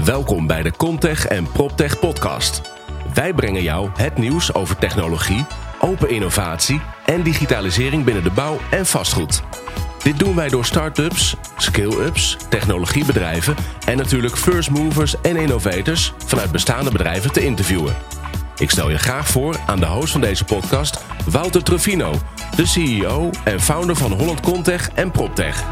Welkom bij de Comtech en PropTech podcast. Wij brengen jou het nieuws over technologie, open innovatie en digitalisering binnen de bouw en vastgoed. Dit doen wij door start-ups, scale-ups, technologiebedrijven en natuurlijk first movers en innovators vanuit bestaande bedrijven te interviewen. Ik stel je graag voor aan de host van deze podcast, Wouter Truffino, de CEO en founder van Holland Comtech en PropTech.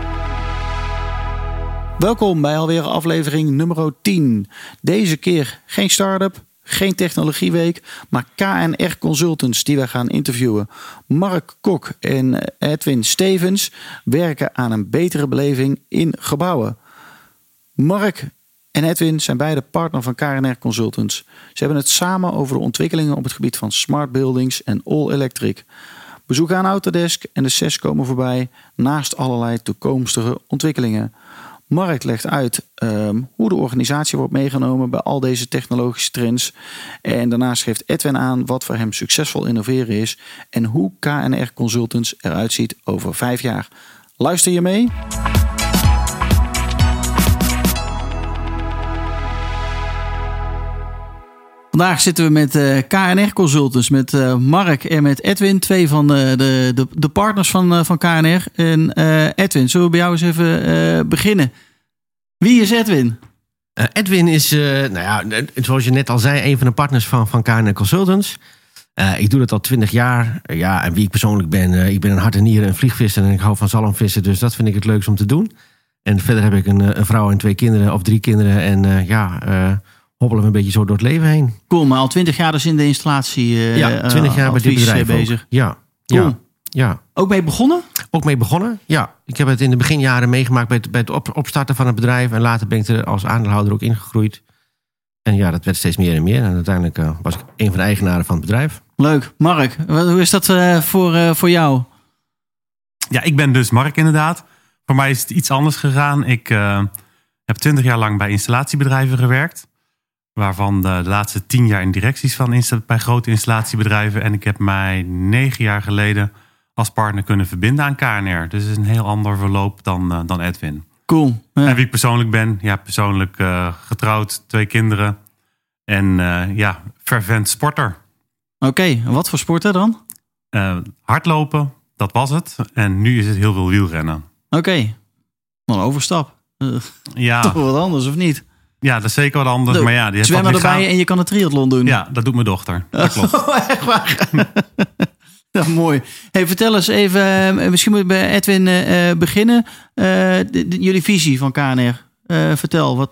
Welkom bij alweer aflevering nummer 10. Deze keer geen start-up, geen technologieweek, maar KNR Consultants die wij gaan interviewen. Mark Kok en Edwin Stevens werken aan een betere beleving in gebouwen. Mark en Edwin zijn beide partner van KNR Consultants. Ze hebben het samen over de ontwikkelingen op het gebied van smart buildings en all electric. Bezoek aan Autodesk en de CES komen voorbij, naast allerlei toekomstige ontwikkelingen. Mark legt uit hoe de organisatie wordt meegenomen bij al deze technologische trends. En daarnaast geeft Edwin aan wat voor hem succesvol innoveren is en hoe KNR Consultants eruit ziet over 5 jaar. Luister je mee? Vandaag zitten we met KNR Consultants, met Mark en met Edwin, 2 van de partners van KNR. En Edwin, zullen we bij jou eens even beginnen? Wie is Edwin? Edwin is, zoals je net al zei, een van de partners van KNR Consultants. Ik doe dat al 20 jaar. En wie ik persoonlijk ben, ik ben een hart en nieren een vliegvisser en ik hou van zalmvissen. Dus dat vind ik het leukst om te doen. En verder heb ik een vrouw en 2 kinderen of 3 kinderen. En hobbelen we een beetje zo door het leven heen. Cool, maar al 20 jaar dus in de installatie 20 jaar bij dit bedrijf bezig. Ja. Cool. Ja. Ook mee begonnen? Ook mee begonnen, ja. Ik heb het in de beginjaren meegemaakt bij het opstarten van het bedrijf. En later ben ik er als aandeelhouder ook ingegroeid. En ja, dat werd steeds meer en meer. En uiteindelijk was ik een van de eigenaren van het bedrijf. Leuk. Mark, hoe is dat voor jou? Ja, ik ben dus Mark inderdaad. Voor mij is het iets anders gegaan. Ik heb 20 jaar lang bij installatiebedrijven gewerkt. Waarvan de laatste 10 jaar in directies bij grote installatiebedrijven. En ik heb mij 9 jaar geleden als partner kunnen verbinden aan KNR. Dus het is een heel ander verloop dan Edwin. Cool. Ja. En wie ik persoonlijk ben, persoonlijk getrouwd, 2 kinderen. En fervent sporter. Oké, wat voor sporten dan? Hardlopen, dat was het. En nu is het heel veel wielrennen. Oké, wat een overstap. Toch wel wat anders, of niet? Ja, dat is zeker wat anders. Maar ja, die zwemmen erbij en je kan een triathlon doen. Ja, dat doet mijn dochter. Dat klopt. Echt waar? Ja, mooi. Hey, vertel eens even, misschien moet ik bij Edwin beginnen. Jullie visie van KNR. Vertel.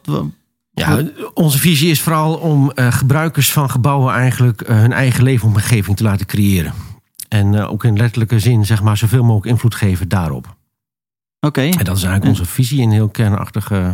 Onze visie is vooral om gebruikers van gebouwen eigenlijk hun eigen leefomgeving te laten creëren. En ook in letterlijke zin, zeg maar, zoveel mogelijk invloed geven daarop. Oké. En dat is eigenlijk onze visie in heel kernachtige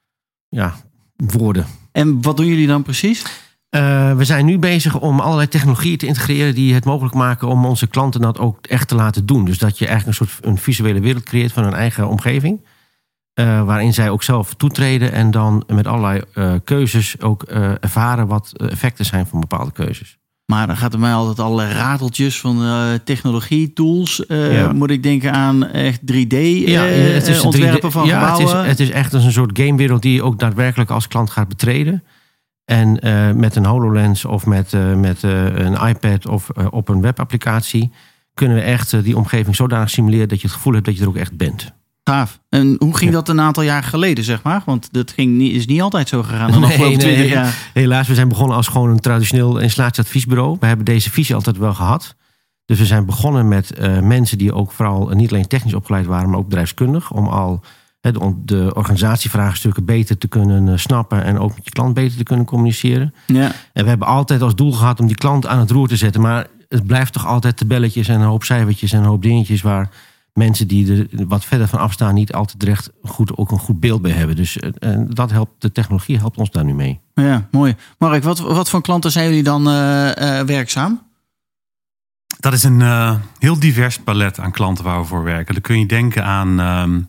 woorden. En wat doen jullie dan precies? We zijn nu bezig om allerlei technologieën te integreren die het mogelijk maken om onze klanten dat ook echt te laten doen. Dus dat je eigenlijk een visuele wereld creëert van hun eigen omgeving. Waarin zij ook zelf toetreden en dan met allerlei keuzes ook ervaren wat effecten zijn van bepaalde keuzes. Maar dan gaat er mij altijd allerlei rateltjes van technologie, tools. Moet ik denken aan echt 3D ontwerpen van gebouwen? Het is echt een soort gamewereld die je ook daadwerkelijk als klant gaat betreden. En met een HoloLens of met een iPad of op een webapplicatie kunnen we echt die omgeving zodanig simuleren dat je het gevoel hebt dat je er ook echt bent. Gaaf. En hoe ging dat een aantal jaar geleden, zeg maar? Want dat is niet altijd zo gegaan. De afgelopen 20 jaar. Helaas, we zijn begonnen als gewoon een traditioneel installatieadviesbureau. We hebben deze visie altijd wel gehad. Dus we zijn begonnen met mensen die ook vooral niet alleen technisch opgeleid waren, maar ook bedrijfskundig. Om al de organisatievraagstukken beter te kunnen snappen en ook met je klant beter te kunnen communiceren. Ja. En we hebben altijd als doel gehad om die klant aan het roer te zetten. Maar het blijft toch altijd tabelletjes en een hoop cijfertjes en een hoop dingetjes waar mensen die er wat verder van afstaan niet altijd recht ook een goed beeld bij hebben. Dus dat helpt, de technologie helpt ons daar nu mee. Ja, mooi. Mark, wat voor klanten zijn jullie dan werkzaam? Dat is een heel divers palet aan klanten waar we voor werken. Dan kun je denken aan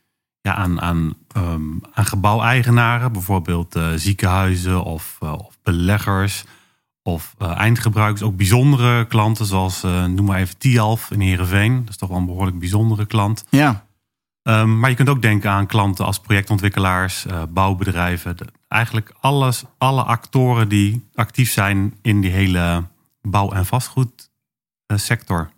gebouweigenaren, bijvoorbeeld ziekenhuizen of beleggers. Of eindgebruikers, ook bijzondere klanten, zoals noem maar even Tialf in Heerenveen. Dat is toch wel een behoorlijk bijzondere klant. Ja. Maar je kunt ook denken aan klanten als projectontwikkelaars, bouwbedrijven. Eigenlijk alle actoren die actief zijn in die hele bouw- en vastgoedsector.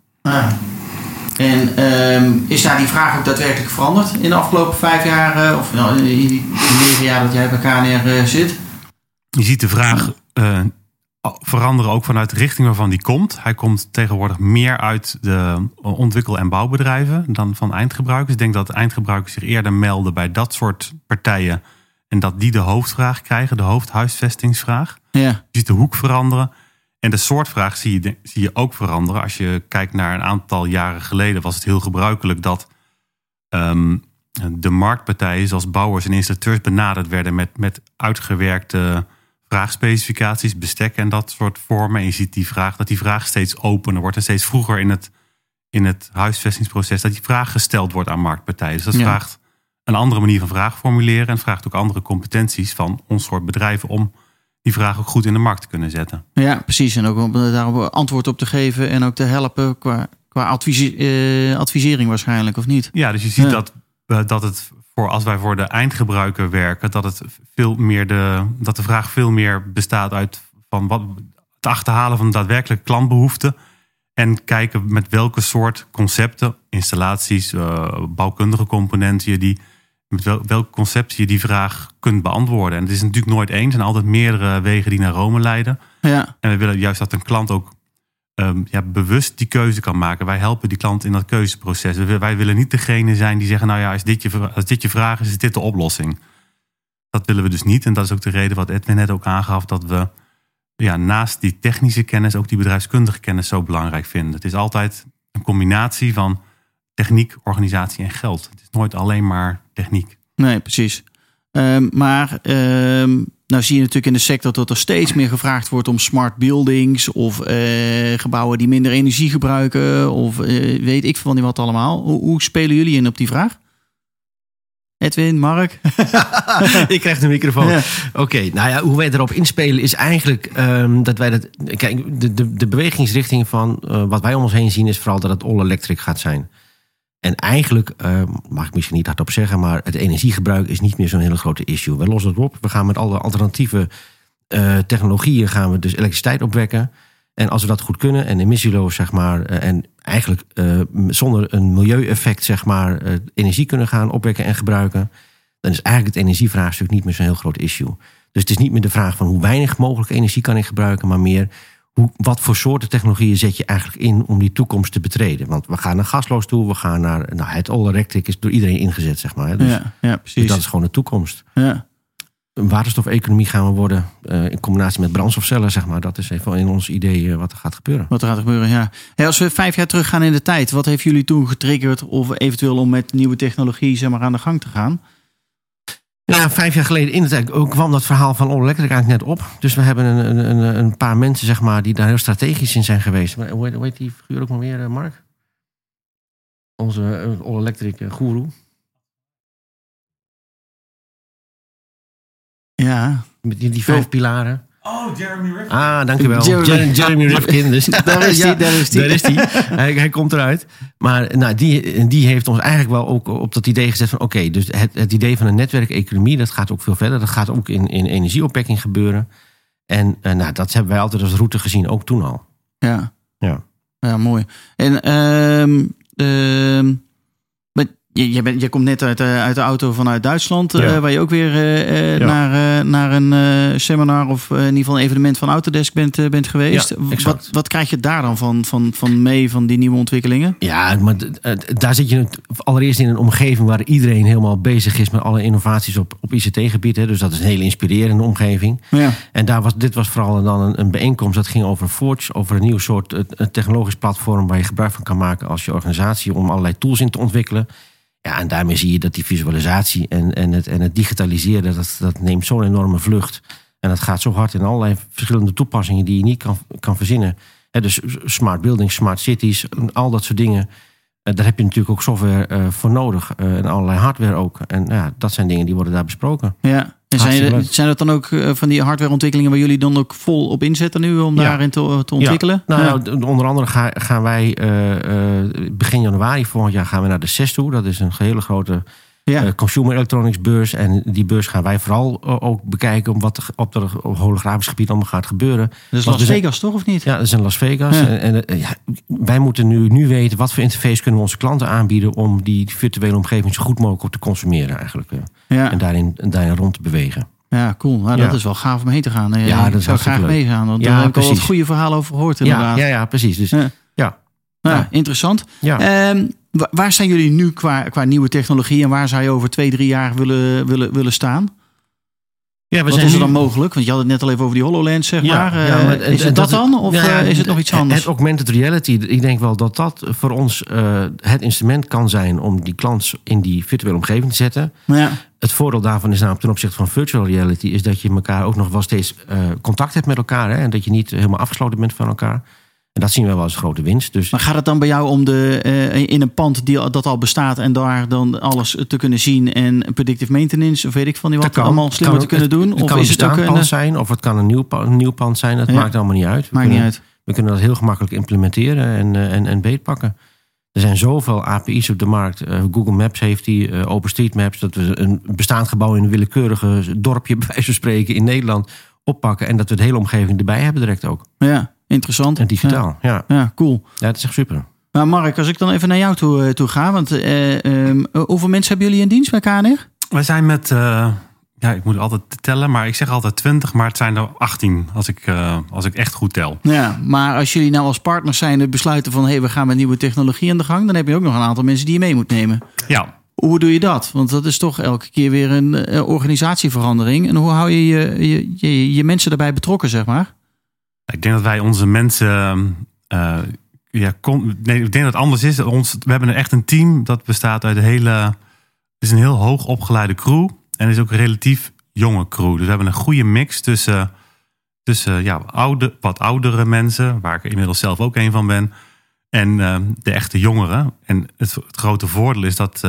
En is daar die vraag ook daadwerkelijk veranderd in de afgelopen 5 jaar? Of in die 9 jaar dat jij bij KNR zit? Je ziet de vraag veranderen ook vanuit de richting waarvan die komt. Hij komt tegenwoordig meer uit de ontwikkel- en bouwbedrijven dan van eindgebruikers. Ik denk dat eindgebruikers zich eerder melden bij dat soort partijen en dat die de hoofdvraag krijgen, de hoofdhuisvestingsvraag. Ja. Je ziet de hoek veranderen. En de soort vraag zie je ook veranderen. Als je kijkt naar een aantal jaren geleden was het heel gebruikelijk dat de marktpartijen zoals bouwers en installateurs benaderd werden met uitgewerkte vraagspecificaties, bestek en dat soort vormen. En je ziet dat die vraag steeds opener wordt en steeds vroeger in het huisvestingsproces dat die vraag gesteld wordt aan marktpartijen. Dus dat vraagt een andere manier van vraag formuleren en vraagt ook andere competenties van ons soort bedrijven om die vraag ook goed in de markt te kunnen zetten. Ja, precies. En ook om daar antwoord op te geven en ook te helpen qua advisering waarschijnlijk, of niet? Ja, dus je ziet dat het als wij voor de eindgebruiker werken, dat de vraag veel meer bestaat uit van het achterhalen van de daadwerkelijke klantbehoeften en kijken met welke soort concepten, installaties, bouwkundige componenten met welke concepten je die vraag kunt beantwoorden. En het is natuurlijk nooit één. Er zijn altijd meerdere wegen die naar Rome leiden. Ja. En we willen juist dat een klant ook bewust die keuze kan maken. Wij helpen die klant in dat keuzeproces. Wij willen niet degene zijn die zeggen, nou ja, als dit je vraag is dit de oplossing. Dat willen we dus niet. En dat is ook de reden wat Edwin net ook aangaf, dat we naast die technische kennis ook die bedrijfskundige kennis zo belangrijk vinden. Het is altijd een combinatie van techniek, organisatie en geld. Het is nooit alleen maar techniek. Nee, precies. Nou zie je natuurlijk in de sector dat er steeds meer gevraagd wordt om smart buildings of gebouwen die minder energie gebruiken of weet ik van die wat allemaal. Hoe spelen jullie in op die vraag? Edwin, Mark? Ik krijg de microfoon. Ja. Oké, nou ja, hoe wij erop inspelen is eigenlijk dat wij kijk, de bewegingsrichting van wat wij om ons heen zien is vooral dat het all-electric gaat zijn. En eigenlijk, mag ik misschien niet hardop zeggen, maar het energiegebruik is niet meer zo'n hele grote issue. We lossen het op. We gaan met alle alternatieve technologieën gaan we dus elektriciteit opwekken. En als we dat goed kunnen en emissieloos, zeg maar, en eigenlijk zonder een milieueffect, zeg maar, energie kunnen gaan opwekken en gebruiken, dan is eigenlijk het energievraagstuk niet meer zo'n heel groot issue. Dus het is niet meer de vraag van hoe weinig mogelijk energie kan ik gebruiken, maar meer wat voor soorten technologieën zet je eigenlijk in om die toekomst te betreden? Want we gaan naar gasloos toe, we gaan naar het all-electric is door iedereen ingezet, zeg maar. Dus, ja, precies. Dus dat is gewoon de toekomst. Ja. Een waterstofeconomie gaan we worden in combinatie met brandstofcellen, zeg maar. Dat is even in ons idee wat er gaat gebeuren. Wat er gaat gebeuren, ja. Hey, als we 5 jaar teruggaan in de tijd, wat heeft jullie toen getriggerd of eventueel om met nieuwe technologie, zeg maar, aan de gang te gaan? Ja, 5 jaar geleden in de tijd kwam dat verhaal van all-electric eigenlijk net op. Dus we hebben een paar mensen, zeg maar, die daar heel strategisch in zijn geweest. Hoe heet die figuur ook maar weer, Mark? Onze all-electric guru. Ja. Met die 5 pilaren. Oh, Jeremy Rifkin. Ah, dankjewel. Jeremy Rifkin. Dus, daar is hij. Hij komt eruit. Maar die heeft ons eigenlijk wel ook op dat idee gezet van oké, dus het idee van een netwerkeconomie, dat gaat ook veel verder. Dat gaat ook in energieopwekking gebeuren. En dat hebben wij altijd als route gezien, ook toen al. Ja, ja. Ja, mooi. En je komt net uit de auto vanuit Duitsland, waar je ook weer naar een seminar of in ieder geval een evenement van Autodesk bent geweest. Ja, wat krijg je daar dan van mee, van die nieuwe ontwikkelingen? Ja, maar daar zit je allereerst in een omgeving waar iedereen helemaal bezig is met alle innovaties op ICT-gebied. Dus dat is een hele inspirerende omgeving. Ja. En dit was vooral dan een bijeenkomst. Dat ging over Forge, over een nieuw soort technologisch platform waar je gebruik van kan maken als je organisatie om allerlei tools in te ontwikkelen. Ja, en daarmee zie je dat die visualisatie en het digitaliseren, dat neemt zo'n enorme vlucht. En dat gaat zo hard in allerlei verschillende toepassingen die je niet kan verzinnen. Dus smart buildings, smart cities, al dat soort dingen. Daar heb je natuurlijk ook software voor nodig. En allerlei hardware ook. En dat zijn dingen die worden daar besproken. Ja, En zijn dat dan ook van die hardwareontwikkelingen waar jullie dan ook vol op inzetten nu om daarin te ontwikkelen? Ja. Onder andere gaan wij begin januari volgend jaar gaan we naar de CES toe. Dat is een hele grote consumer electronics beurs. En die beurs gaan wij vooral ook bekijken wat er op het holografisch gebied allemaal gaat gebeuren. Dat is Las Vegas toch of niet? Ja, dat is in Las Vegas. Ja. En wij moeten nu weten wat voor interface kunnen we onze klanten aanbieden om die virtuele omgeving zo goed mogelijk op te consumeren eigenlijk. En daarin rond te bewegen. Ja, cool. Nou, dat is wel gaaf om heen te gaan. Ja, dat zou graag meegaan. Want daar heb ik al wat goede verhalen over gehoord inderdaad. Ja, precies. Dus, interessant. Ja. Waar zijn jullie nu qua nieuwe technologie en waar zou je over 2-3 jaar willen staan? Ja, wat is er dan mogelijk? Want je had het net al even over die HoloLens, zeg maar. Is het dat dan? Of is het nog iets anders? Het augmented reality, ik denk wel dat voor ons het instrument kan zijn om die klant in die virtuele omgeving te zetten. Ja. Het voordeel daarvan is namelijk ten opzichte van virtual reality is dat je elkaar ook nog wel steeds contact hebt met elkaar. Hè? En dat je niet helemaal afgesloten bent van elkaar. En dat zien we wel als grote winst. Dus. Maar gaat het dan bij jou om in een pand dat al bestaat en daar dan alles te kunnen zien en predictive maintenance of weet ik van die wat allemaal slimmer te kunnen doen? Het kan een pand zijn of het kan een nieuw pand zijn. Dat maakt allemaal niet uit. We kunnen dat heel gemakkelijk implementeren en beetpakken. Er zijn zoveel API's op de markt. Google Maps heeft die, OpenStreetMaps. Dat we een bestaand gebouw in een willekeurige dorpje bij wijze van spreken in Nederland oppakken. En dat we de hele omgeving erbij hebben direct ook. Ja. Interessant. En digitaal, ja, cool. Ja, dat is echt super. Maar Mark, als ik dan even naar jou toe ga. Want hoeveel mensen hebben jullie in dienst bij KNR? Wij zijn met, ik moet altijd tellen, maar ik zeg altijd 20. Maar het zijn er 18 als ik echt goed tel. Ja, maar als jullie nou als partners zijn besluiten van we gaan met nieuwe technologie aan de gang. Dan heb je ook nog een aantal mensen die je mee moet nemen. Ja. Hoe doe je dat? Want dat is toch elke keer weer een organisatieverandering. En hoe hou je je mensen daarbij betrokken, zeg maar? Ik denk dat wij onze mensen... ik denk dat het anders is. We hebben echt een team dat bestaat uit het is een heel hoog opgeleide crew. En het is ook een relatief jonge crew. Dus we hebben een goede mix tussen wat oudere mensen, waar ik inmiddels zelf ook een van ben, en de echte jongeren. En het grote voordeel is dat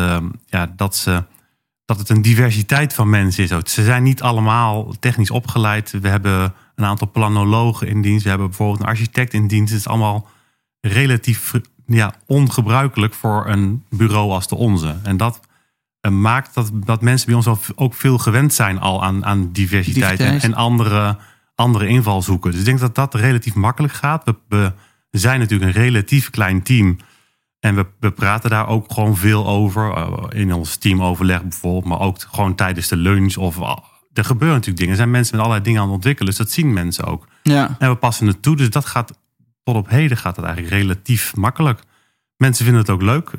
het een diversiteit van mensen is. Ze zijn niet allemaal technisch opgeleid. We hebben een aantal planologen in dienst. We hebben bijvoorbeeld een architect in dienst. Het is allemaal relatief ongebruikelijk voor een bureau als de onze. En dat maakt dat mensen bij ons ook veel gewend zijn al aan diversiteit en andere invalshoeken. Dus ik denk dat dat relatief makkelijk gaat. We zijn natuurlijk een relatief klein team. En we praten daar ook gewoon veel over. In ons teamoverleg bijvoorbeeld. Maar ook gewoon tijdens de lunch. Er gebeuren natuurlijk dingen. Er zijn mensen met allerlei dingen aan het ontwikkelen. Dus dat zien mensen ook. Ja. En we passen het toe. Dus dat gaat tot op heden gaat het eigenlijk relatief makkelijk. Mensen vinden het ook leuk.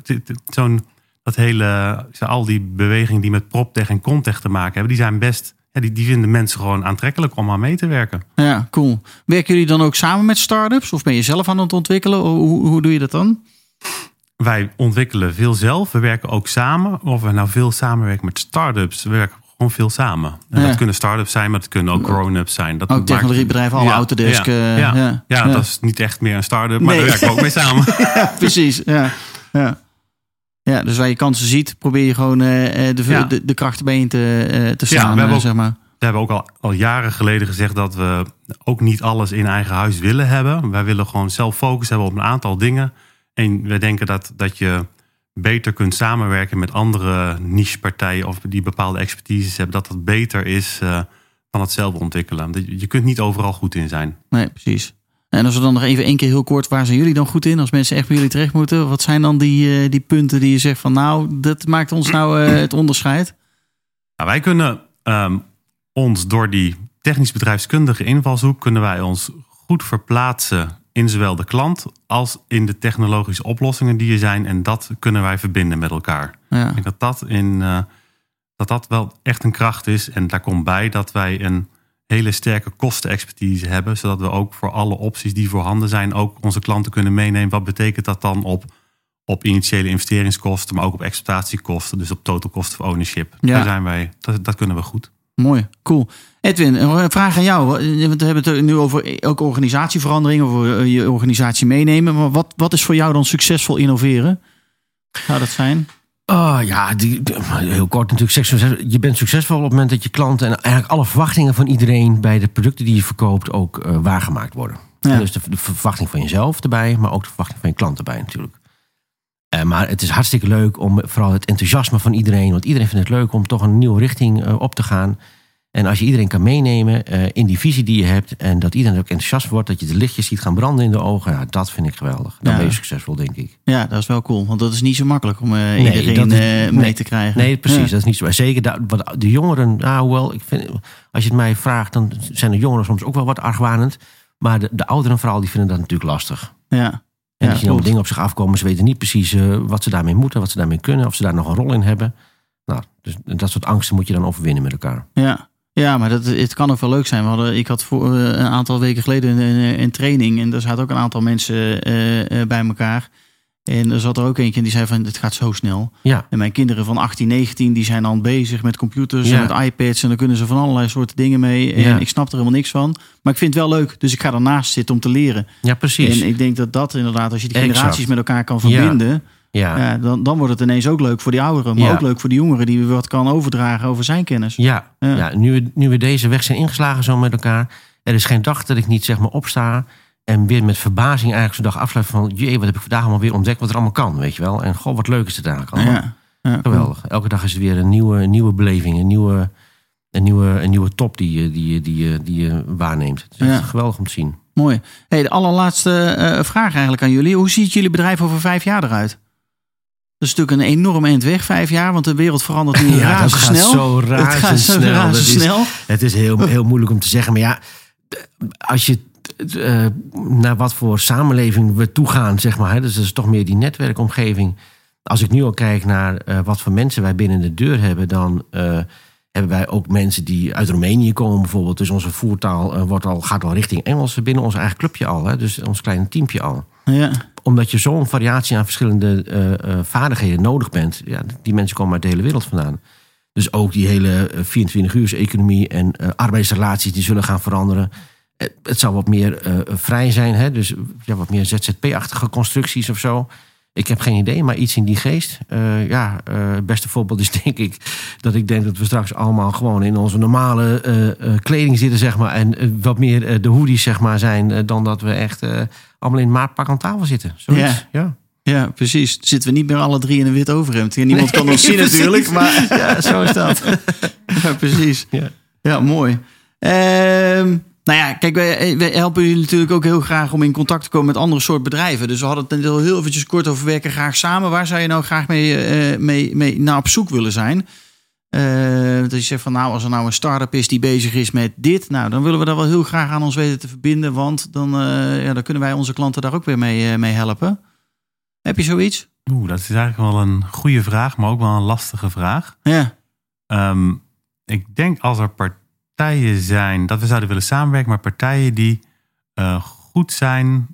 Al die bewegingen die met PropTech en Contech te maken hebben. Die zijn best... Die vinden mensen gewoon aantrekkelijk om aan mee te werken. Ja, cool. Werken jullie dan ook samen met start-ups? Of ben je zelf aan het ontwikkelen? Hoe doe je dat dan? Wij ontwikkelen veel zelf. We werken ook samen. Of we nou veel samenwerken met start-ups. We werken gewoon veel samen. En dat kunnen start-ups zijn, maar dat kunnen ook grown-ups zijn. Dat ook technologiebedrijven, alle Autodesk. Ja, dat is niet echt meer een start-up, maar daar werken we ook mee samen. Ja, precies. Ja, dus waar je kansen ziet, probeer je gewoon de krachten bijeen te slaan. We hebben ook al jaren geleden gezegd dat we ook niet alles in eigen huis willen hebben. Wij willen gewoon zelf focus hebben op een aantal dingen. En we denken dat je beter kunt samenwerken met andere nichepartijen of die bepaalde expertises hebben. Dat beter is dan het zelf ontwikkelen. Je kunt niet overal goed in zijn. Nee, precies. En als we dan nog even één keer heel kort, waar zijn jullie dan goed in? Als mensen echt bij jullie terecht moeten, wat zijn dan die punten die je zegt van dat maakt ons het onderscheid? Nou, wij kunnen ons door die technisch bedrijfskundige invalshoek kunnen wij ons goed verplaatsen in zowel de klant als in de technologische oplossingen die er zijn. En dat kunnen wij verbinden met elkaar. Ja. Ik denk dat wel echt een kracht is. En daar komt bij dat wij een hele sterke kostenexpertise hebben, zodat we ook voor alle opties die voorhanden zijn ook onze klanten kunnen meenemen. Wat betekent dat dan op initiële investeringskosten, maar ook op exploitatiekosten, dus op total cost of ownership. Ja. Daar zijn wij, dat kunnen we goed. Mooi, cool. Edwin, een vraag aan jou. We hebben het nu over ook organisatieverandering, over je organisatie meenemen. Maar wat is voor jou dan succesvol innoveren? Zou dat zijn? Heel kort natuurlijk. Je bent succesvol op het moment dat je klanten en eigenlijk alle verwachtingen van iedereen bij de producten die je verkoopt ook waargemaakt worden. Ja. Dus de verwachting van jezelf erbij, maar ook de verwachting van je klant erbij natuurlijk. Maar het is hartstikke leuk om vooral het enthousiasme van iedereen, want iedereen vindt het leuk om toch een nieuwe richting op te gaan. En als je iedereen kan meenemen in die visie die je hebt en dat iedereen ook enthousiast wordt, dat je de lichtjes ziet gaan branden in de ogen, ja, dat vind ik geweldig. Dan ben je succesvol, denk ik. Ja, dat is wel cool, want dat is niet zo makkelijk om iedereen mee te krijgen. Nee, precies, dat is niet zo. Zeker de jongeren, hoewel, ik vind, als je het mij vraagt, dan zijn de jongeren soms ook wel wat argwanend. Maar de ouderen vooral, die vinden dat natuurlijk lastig. Ja. En die zien allemaal dingen op zich afkomen. Ze weten niet precies wat ze daarmee moeten, wat ze daarmee kunnen, of ze daar nog een rol in hebben. Nou, dus dat soort angsten moet je dan overwinnen met elkaar. Ja, maar het kan ook wel leuk zijn. Ik had voor een aantal weken geleden een training en daar zaten ook een aantal mensen bij elkaar. En er zat er ook eentje en die zei van, het gaat zo snel. Ja. En mijn kinderen van 18, 19, die zijn dan bezig met computers en met iPads. En dan kunnen ze van allerlei soorten dingen mee. En ik snap er helemaal niks van. Maar ik vind het wel leuk, dus ik ga ernaast zitten om te leren. Ja, precies. En ik denk dat inderdaad, als je die generaties met elkaar kan verbinden, dan wordt het ineens ook leuk voor die ouderen. Maar ook leuk voor die jongeren die wat kan overdragen over zijn kennis. Ja. Nu we deze weg zijn ingeslagen zo met elkaar. Er is geen dag dat ik niet zeg maar opsta en weer met verbazing eigenlijk zo'n dag afsluit van, jee, wat heb ik vandaag allemaal weer ontdekt wat er allemaal kan, weet je wel. En goh, wat leuk is het eigenlijk allemaal. Ja, geweldig. Cool. Elke dag is het weer een nieuwe beleving, een nieuwe top die je waarneemt. Het is geweldig om te zien. Mooi. Hey, de allerlaatste vraag eigenlijk aan jullie. Hoe ziet jullie bedrijf over 5 jaar eruit? Dat is natuurlijk een enorm eind weg, 5 jaar, want de wereld verandert nu razendsnel. Het gaat zo razendsnel. Het is heel moeilijk om te zeggen, maar ja, als je naar wat voor samenleving we toegaan, zeg maar. Dus dat is toch meer die netwerkomgeving. Als ik nu al kijk naar wat voor mensen wij binnen de deur hebben, dan hebben wij ook mensen die uit Roemenië komen bijvoorbeeld. Dus onze voertaal gaat al richting Engels binnen ons eigen clubje al. Hè? Dus ons kleine teampje al. Ja. Omdat je zo'n variatie aan verschillende vaardigheden nodig bent. Ja, die mensen komen uit de hele wereld vandaan. Dus ook die hele 24-uurs-economie en arbeidsrelaties die zullen gaan veranderen. Het zal wat meer vrij zijn. Hè? Dus wat meer ZZP-achtige constructies of zo. Ik heb geen idee, maar iets in die geest. Het beste voorbeeld is denk ik dat we straks allemaal gewoon in onze normale kleding zitten, zeg maar. En wat meer de hoodies, zeg maar, zijn dan dat we echt allemaal in maatpak aan tafel zitten. Zoiets. Ja, precies. Zitten we niet meer alle 3 in een wit overhemd. Niemand kan ons zien natuurlijk, maar ja, zo is dat. Ja, precies. Ja, mooi. Nou ja, kijk, wij helpen jullie natuurlijk ook heel graag om in contact te komen met andere soort bedrijven. Dus we hadden het net heel eventjes kort over werken graag samen. Waar zou je nou graag mee naar op zoek willen zijn? Dat je zegt van als er nou een start-up is die bezig is met dit, nou dan willen we daar wel heel graag aan ons weten te verbinden. Want dan kunnen wij onze klanten daar ook weer mee helpen. Heb je zoiets? Dat is eigenlijk wel een goede vraag, maar ook wel een lastige vraag. Ja. Ik denk als er partijen zijn, dat we zouden willen samenwerken, maar partijen die goed zijn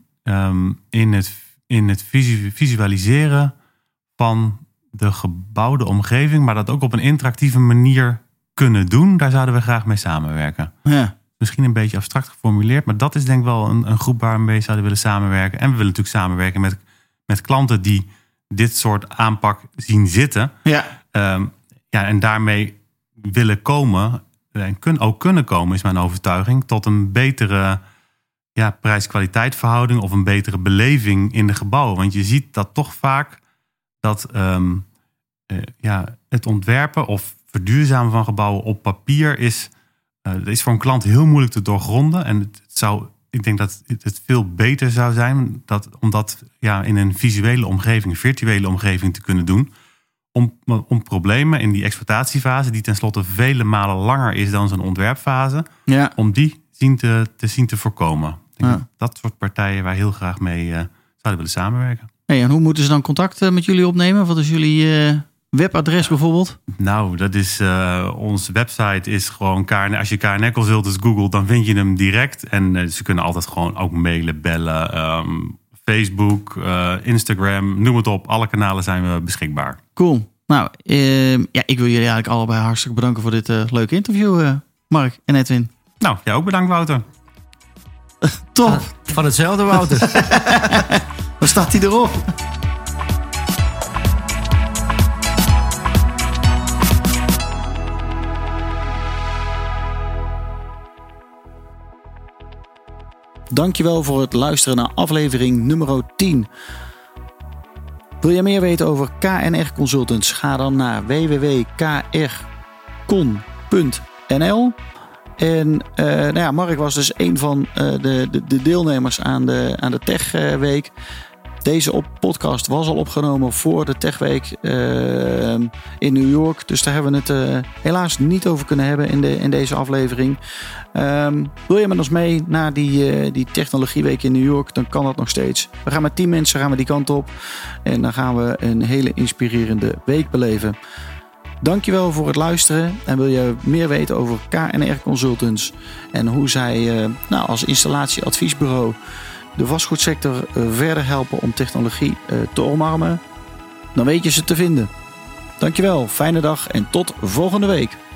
in het visualiseren van de gebouwde omgeving, maar dat ook op een interactieve manier kunnen doen, daar zouden we graag mee samenwerken. Ja. Misschien een beetje abstract geformuleerd, maar dat is denk ik wel een groep waar we mee zouden willen samenwerken. En we willen natuurlijk samenwerken met klanten die dit soort aanpak zien zitten. Ja. En daarmee willen komen en kunnen komen, is mijn overtuiging, tot een betere prijs-kwaliteit verhouding of een betere beleving in de gebouwen. Want je ziet dat toch vaak dat het ontwerpen of verduurzamen van gebouwen op papier is voor een klant heel moeilijk te doorgronden. En ik denk dat het veel beter zou zijn om dat in een visuele omgeving, virtuele omgeving te kunnen doen. Om problemen in die exploitatiefase, die tenslotte vele malen langer is dan zo'n ontwerpfase, om die zien te voorkomen. Ik denk dat soort partijen waar heel graag mee zouden willen samenwerken. Hey, en hoe moeten ze dan contact met jullie opnemen? Wat is jullie webadres bijvoorbeeld? Nou, dat is onze website is gewoon als je KNR Consultants googelt, dan vind je hem direct. En ze kunnen altijd gewoon ook mailen, bellen, Facebook, Instagram, noem het op. Alle kanalen zijn we beschikbaar. Cool. Nou, ik wil jullie eigenlijk allebei hartstikke bedanken voor dit leuke interview, Mark en Edwin. Nou, jij ook bedankt, Wouter. Top. Van hetzelfde, Wouter. Waar staat hij erop? Dankjewel voor het luisteren naar aflevering nummer 10. Wil je meer weten over KNR Consultants? Ga dan naar www.krcon.nl. En Mark was dus een van de deelnemers aan de Techweek. Deze podcast was al opgenomen voor de Techweek in New York. Dus daar hebben we het helaas niet over kunnen hebben in deze aflevering. Wil je met ons mee naar die Technologieweek in New York? Dan kan dat nog steeds. We gaan met 10 mensen die kant op. En dan gaan we een hele inspirerende week beleven. Dankjewel voor het luisteren. En wil je meer weten over KNR Consultants en hoe zij als installatieadviesbureau de vastgoedsector verder helpen om technologie te omarmen, dan weet je ze te vinden. Dankjewel, fijne dag en tot volgende week.